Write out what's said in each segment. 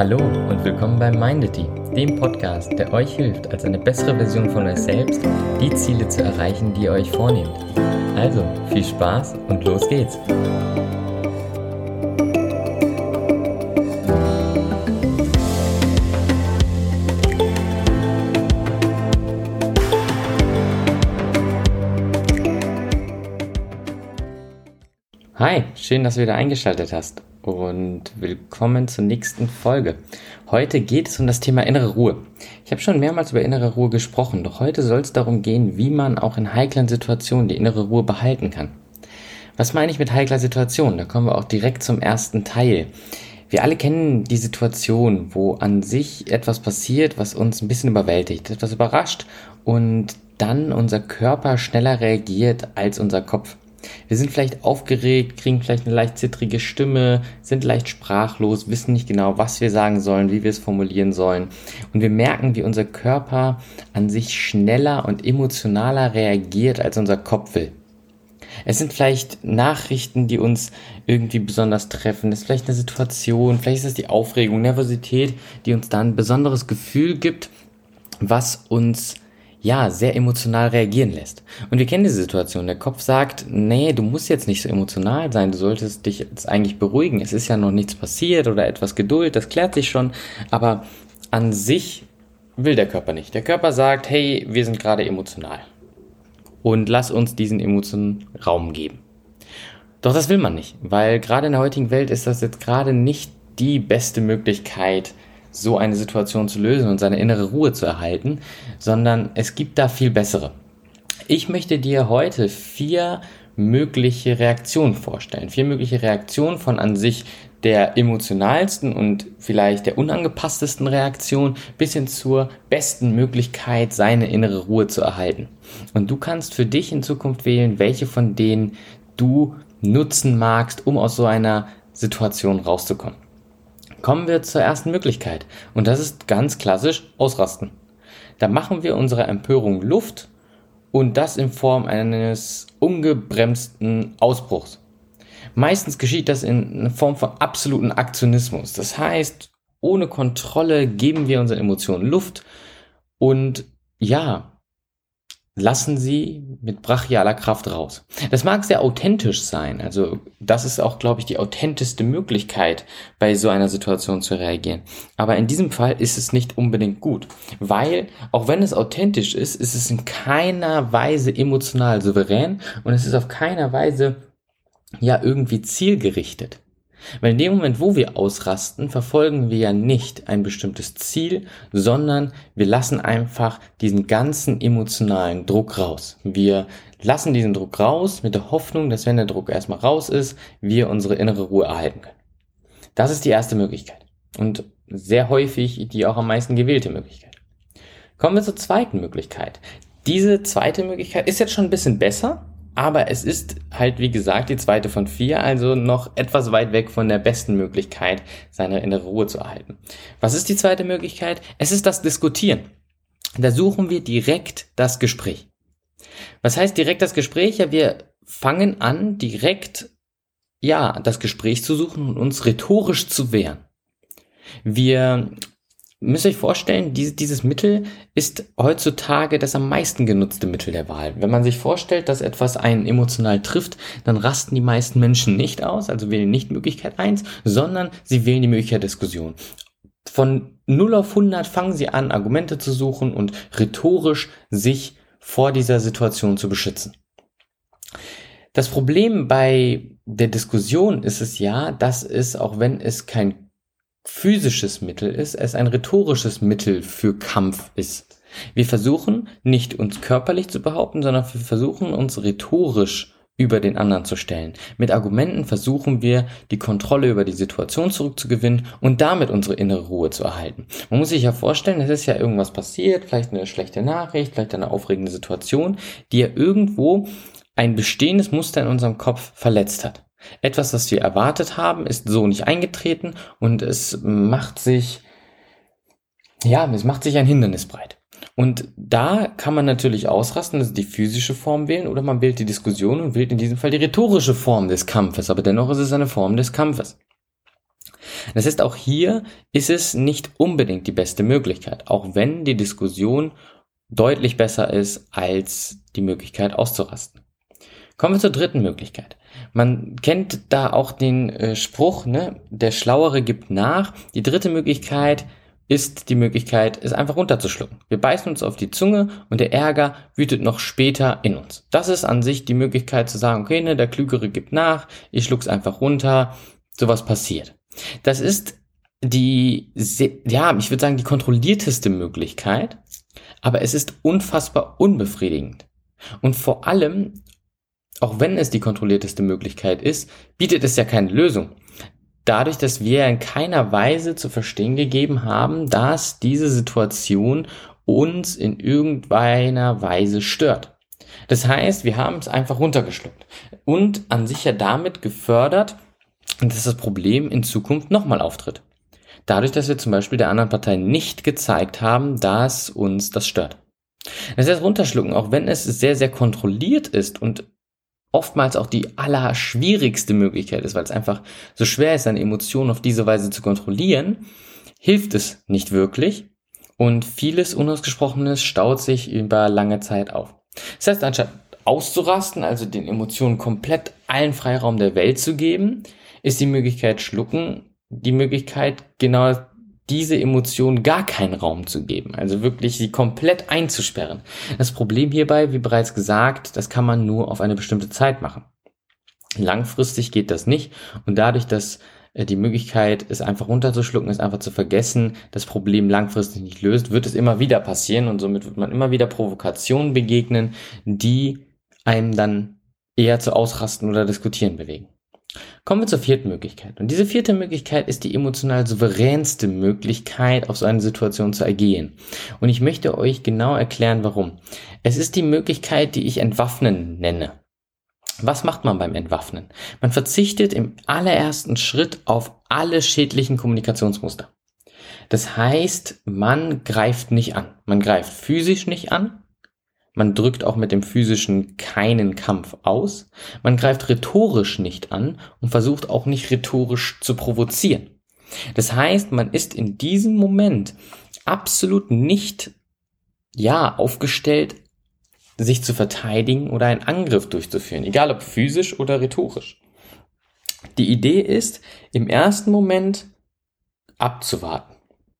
Hallo und willkommen bei Mindity, dem Podcast, der euch hilft, als eine bessere Version von euch selbst die Ziele zu erreichen, die ihr euch vornehmt. Also, viel Spaß und los geht's! Hi, schön, dass du wieder eingeschaltet hast und willkommen zur nächsten Folge. Heute geht es um das Thema innere Ruhe. Ich habe schon mehrmals über innere Ruhe gesprochen, doch heute soll es darum gehen, wie man auch in heiklen Situationen die innere Ruhe behalten kann. Was meine ich mit heikler Situation? Da kommen wir auch direkt zum ersten Teil. Wir alle kennen die Situation, wo an sich etwas passiert, was uns ein bisschen überwältigt, etwas überrascht und dann unser Körper schneller reagiert als unser Kopf. Wir sind vielleicht aufgeregt, kriegen vielleicht eine leicht zittrige Stimme, sind leicht sprachlos, wissen nicht genau, was wir sagen sollen, wie wir es formulieren sollen. Und wir merken, wie unser Körper an sich schneller und emotionaler reagiert, als unser Kopf will. Es sind vielleicht Nachrichten, die uns irgendwie besonders treffen. Es ist vielleicht eine Situation, vielleicht ist es die Aufregung, Nervosität, die uns dann ein besonderes Gefühl gibt, was uns sehr emotional reagieren lässt. Und wir kennen diese Situation. Der Kopf sagt, nee, du musst jetzt nicht so emotional sein, du solltest dich jetzt eigentlich beruhigen. Es ist ja noch nichts passiert oder etwas Geduld, das klärt sich schon. Aber an sich will der Körper nicht. Der Körper sagt, hey, wir sind gerade emotional. Und lass uns diesen Emotionen Raum geben. Doch das will man nicht, weil gerade in der heutigen Welt ist das jetzt gerade nicht die beste Möglichkeit, so eine Situation zu lösen und seine innere Ruhe zu erhalten, sondern es gibt da viel bessere. Ich möchte dir heute 4 mögliche Reaktionen vorstellen. 4 mögliche Reaktionen von an sich der emotionalsten und vielleicht der unangepasstesten Reaktion bis hin zur besten Möglichkeit, seine innere Ruhe zu erhalten. Und du kannst für dich in Zukunft wählen, welche von denen du nutzen magst, um aus so einer Situation rauszukommen. Kommen wir zur ersten Möglichkeit und das ist ganz klassisch Ausrasten. Da machen wir unserer Empörung Luft und das in Form eines ungebremsten Ausbruchs. Meistens geschieht das in Form von absoluten Aktionismus. Das heißt, ohne Kontrolle geben wir unseren Emotionen Luft und lassen sie mit brachialer Kraft raus. Das mag sehr authentisch sein, also das ist auch, glaube ich, die authentischste Möglichkeit, bei so einer Situation zu reagieren. Aber in diesem Fall ist es nicht unbedingt gut, weil, auch wenn es authentisch ist, ist es in keiner Weise emotional souverän und es ist auf keiner Weise irgendwie zielgerichtet. Weil in dem Moment, wo wir ausrasten, verfolgen wir ja nicht ein bestimmtes Ziel, sondern wir lassen einfach diesen ganzen emotionalen Druck raus. Wir lassen diesen Druck raus mit der Hoffnung, dass wenn der Druck erstmal raus ist, wir unsere innere Ruhe erhalten können. Das ist die erste Möglichkeit und sehr häufig die auch am meisten gewählte Möglichkeit. Kommen wir zur zweiten Möglichkeit. Diese zweite Möglichkeit ist jetzt schon ein bisschen besser, aber es ist halt, wie gesagt, die zweite von 4, also noch etwas weit weg von der besten Möglichkeit, seine innere Ruhe zu erhalten. Was ist die zweite Möglichkeit? Es ist das Diskutieren. Da suchen wir direkt das Gespräch. Was heißt direkt das Gespräch? Ja, wir fangen an, direkt das Gespräch zu suchen und uns rhetorisch zu wehren. Wir müsst euch vorstellen, dieses Mittel ist heutzutage das am meisten genutzte Mittel der Wahl. Wenn man sich vorstellt, dass etwas einen emotional trifft, dann rasten die meisten Menschen nicht aus, also wählen nicht Möglichkeit 1, sondern sie wählen die Möglichkeit Diskussion. Von 0 auf 100 fangen sie an, Argumente zu suchen und rhetorisch sich vor dieser Situation zu beschützen. Das Problem bei der Diskussion ist es dass es, auch wenn es kein physisches Mittel ist, es ein rhetorisches Mittel für Kampf ist. Wir versuchen nicht uns körperlich zu behaupten, sondern wir versuchen uns rhetorisch über den anderen zu stellen. Mit Argumenten versuchen wir, die Kontrolle über die Situation zurückzugewinnen und damit unsere innere Ruhe zu erhalten. Man muss sich ja vorstellen, es ist ja irgendwas passiert, vielleicht eine schlechte Nachricht, vielleicht eine aufregende Situation, die ja irgendwo ein bestehendes Muster in unserem Kopf verletzt hat. Etwas, was wir erwartet haben, ist so nicht eingetreten und es macht sich ein Hindernis breit. Und da kann man natürlich ausrasten, also die physische Form wählen, oder man wählt die Diskussion und wählt in diesem Fall die rhetorische Form des Kampfes, aber dennoch ist es eine Form des Kampfes. Das heißt, auch hier ist es nicht unbedingt die beste Möglichkeit, auch wenn die Diskussion deutlich besser ist als die Möglichkeit auszurasten. Kommen wir zur dritten Möglichkeit. Man kennt da auch den Spruch, ne? Der Schlauere gibt nach. Die dritte Möglichkeit ist die Möglichkeit, es einfach runterzuschlucken. Wir beißen uns auf die Zunge und der Ärger wütet noch später in uns. Das ist an sich die Möglichkeit zu sagen, okay, ne, der Klügere gibt nach, ich schluck's einfach runter, sowas passiert. Das ist die, ja, ich würde sagen, die kontrollierteste Möglichkeit, aber es ist unfassbar unbefriedigend. Und vor allem, auch wenn es die kontrollierteste Möglichkeit ist, bietet es ja keine Lösung. Dadurch, dass wir in keiner Weise zu verstehen gegeben haben, dass diese Situation uns in irgendeiner Weise stört. Das heißt, wir haben es einfach runtergeschluckt und an sich ja damit gefördert, dass das Problem in Zukunft nochmal auftritt. Dadurch, dass wir zum Beispiel der anderen Partei nicht gezeigt haben, dass uns das stört. Das heißt, runterschlucken, auch wenn es sehr, sehr kontrolliert ist und oftmals auch die allerschwierigste Möglichkeit ist, weil es einfach so schwer ist, seine Emotionen auf diese Weise zu kontrollieren, hilft es nicht wirklich und vieles Unausgesprochenes staut sich über lange Zeit auf. Das heißt, anstatt auszurasten, also den Emotionen komplett allen Freiraum der Welt zu geben, ist die Möglichkeit schlucken, die Möglichkeit, genau diese Emotion gar keinen Raum zu geben, also wirklich sie komplett einzusperren. Das Problem hierbei, wie bereits gesagt, das kann man nur auf eine bestimmte Zeit machen. Langfristig geht das nicht und dadurch, dass die Möglichkeit, es einfach runterzuschlucken, es einfach zu vergessen, das Problem langfristig nicht löst, wird es immer wieder passieren und somit wird man immer wieder Provokationen begegnen, die einem dann eher zu Ausrasten oder Diskutieren bewegen. Kommen wir zur vierten Möglichkeit. Und diese vierte Möglichkeit ist die emotional souveränste Möglichkeit, auf so eine Situation zu agieren. Und ich möchte euch genau erklären, warum. Es ist die Möglichkeit, die ich Entwaffnen nenne. Was macht man beim Entwaffnen? Man verzichtet im allerersten Schritt auf alle schädlichen Kommunikationsmuster. Das heißt, man greift nicht an. Man greift physisch nicht an. Man drückt auch mit dem Physischen keinen Kampf aus. Man greift rhetorisch nicht an und versucht auch nicht rhetorisch zu provozieren. Das heißt, man ist in diesem Moment absolut nicht, aufgestellt, sich zu verteidigen oder einen Angriff durchzuführen, egal ob physisch oder rhetorisch. Die Idee ist, im ersten Moment abzuwarten.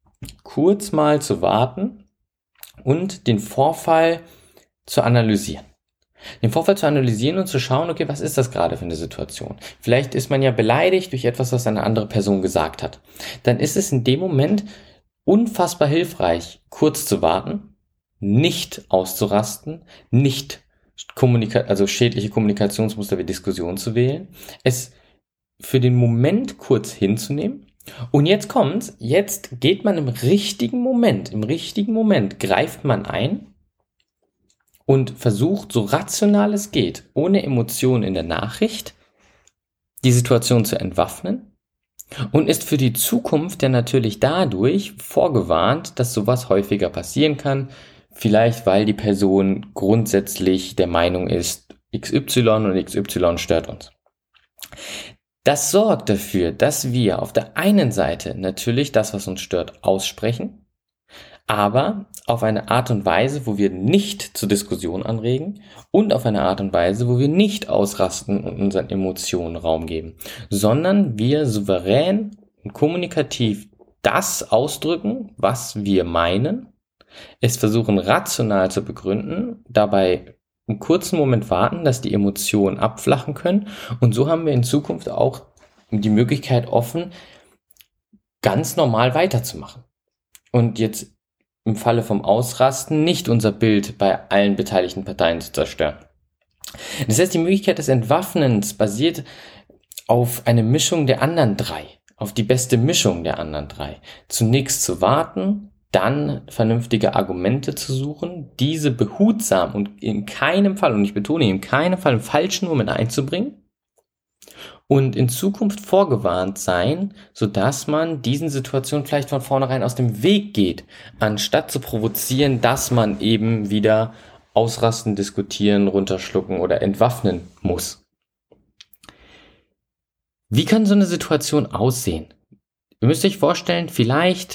Kurz mal zu warten und den Vorfall zu analysieren. Den Vorfall zu analysieren und zu schauen, okay, was ist das gerade für eine Situation? Vielleicht ist man ja beleidigt durch etwas, was eine andere Person gesagt hat. Dann ist es in dem Moment unfassbar hilfreich, kurz zu warten, nicht auszurasten, nicht schädliche Kommunikationsmuster wie Diskussion zu wählen, es für den Moment kurz hinzunehmen. Und jetzt kommt's, jetzt geht man im richtigen Moment greift man ein und versucht, so rational es geht, ohne Emotionen in der Nachricht, die Situation zu entwaffnen und ist für die Zukunft ja natürlich dadurch vorgewarnt, dass sowas häufiger passieren kann, vielleicht weil die Person grundsätzlich der Meinung ist, XY und XY stört uns. Das sorgt dafür, dass wir auf der einen Seite natürlich das, was uns stört, aussprechen, aber auf eine Art und Weise, wo wir nicht zur Diskussion anregen und auf eine Art und Weise, wo wir nicht ausrasten und unseren Emotionen Raum geben, sondern wir souverän und kommunikativ das ausdrücken, was wir meinen, es versuchen rational zu begründen, dabei einen kurzen Moment warten, dass die Emotionen abflachen können und so haben wir in Zukunft auch die Möglichkeit offen, ganz normal weiterzumachen. Und jetzt im Falle vom Ausrasten nicht unser Bild bei allen beteiligten Parteien zu zerstören. Das heißt, die Möglichkeit des Entwaffnens basiert auf eine Mischung der anderen drei, auf die beste Mischung der anderen drei. Zunächst zu warten, dann vernünftige Argumente zu suchen, diese behutsam und in keinem Fall, und ich betone in keinem Fall im falschen Moment einzubringen, und in Zukunft vorgewarnt sein, sodass man diesen Situationen vielleicht von vornherein aus dem Weg geht, anstatt zu provozieren, dass man eben wieder ausrasten, diskutieren, runterschlucken oder entwaffnen muss. Wie kann so eine Situation aussehen? müsst euch vorstellen, vielleicht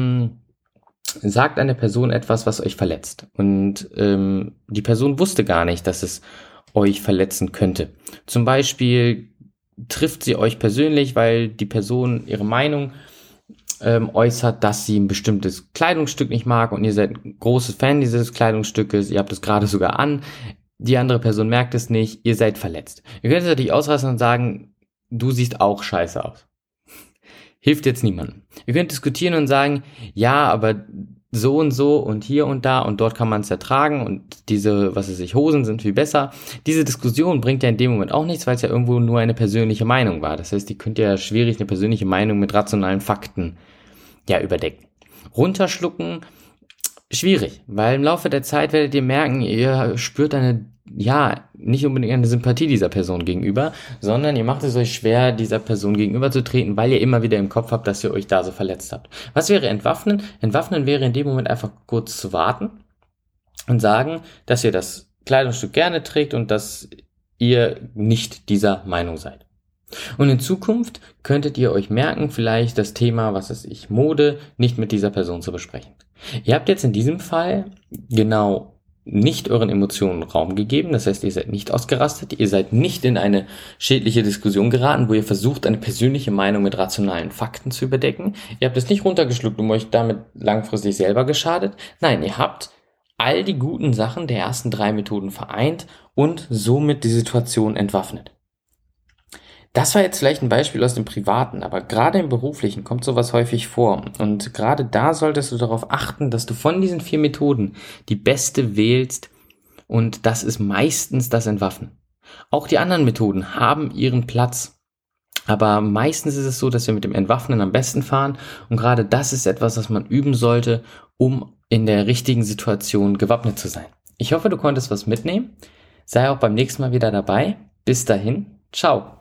sagt eine Person etwas, was euch verletzt. Und die Person wusste gar nicht, dass es euch verletzen könnte. Zum Beispiel trifft sie euch persönlich, weil die Person ihre Meinung äußert, dass sie ein bestimmtes Kleidungsstück nicht mag und ihr seid ein großes Fan dieses Kleidungsstückes, ihr habt es gerade sogar an, die andere Person merkt es nicht, ihr seid verletzt. Ihr könnt es natürlich ausrasten und sagen, du siehst auch scheiße aus. Hilft jetzt niemandem. Ihr könnt diskutieren und sagen, ja, aber so und hier und da und dort kann man es ertragen und diese, was weiß ich, Hosen sind viel besser. Diese Diskussion bringt ja in dem Moment auch nichts, weil es ja irgendwo nur eine persönliche Meinung war. Das heißt, ihr könnt ja schwierig eine persönliche Meinung mit rationalen Fakten überdecken. Runterschlucken, schwierig, weil im Laufe der Zeit werdet ihr merken, ihr spürt nicht unbedingt eine Sympathie dieser Person gegenüber, sondern ihr macht es euch schwer, dieser Person gegenüberzutreten, weil ihr immer wieder im Kopf habt, dass ihr euch da so verletzt habt. Was wäre Entwaffnen? Entwaffnen wäre in dem Moment einfach kurz zu warten und sagen, dass ihr das Kleidungsstück gerne trägt und dass ihr nicht dieser Meinung seid. Und in Zukunft könntet ihr euch merken, vielleicht das Thema, Mode, nicht mit dieser Person zu besprechen. Ihr habt jetzt in diesem Fall genau nicht euren Emotionen Raum gegeben, das heißt, ihr seid nicht ausgerastet, ihr seid nicht in eine schädliche Diskussion geraten, wo ihr versucht, eine persönliche Meinung mit rationalen Fakten zu überdecken. Ihr habt es nicht runtergeschluckt und euch damit langfristig selber geschadet. Nein, ihr habt all die guten Sachen der ersten 3 Methoden vereint und somit die Situation entwaffnet. Das war jetzt vielleicht ein Beispiel aus dem Privaten, aber gerade im Beruflichen kommt sowas häufig vor. Und gerade da solltest du darauf achten, dass du von diesen 4 Methoden die beste wählst und das ist meistens das Entwaffnen. Auch die anderen Methoden haben ihren Platz, aber meistens ist es so, dass wir mit dem Entwaffnen am besten fahren und gerade das ist etwas, was man üben sollte, um in der richtigen Situation gewappnet zu sein. Ich hoffe, du konntest was mitnehmen. Sei auch beim nächsten Mal wieder dabei. Bis dahin, ciao.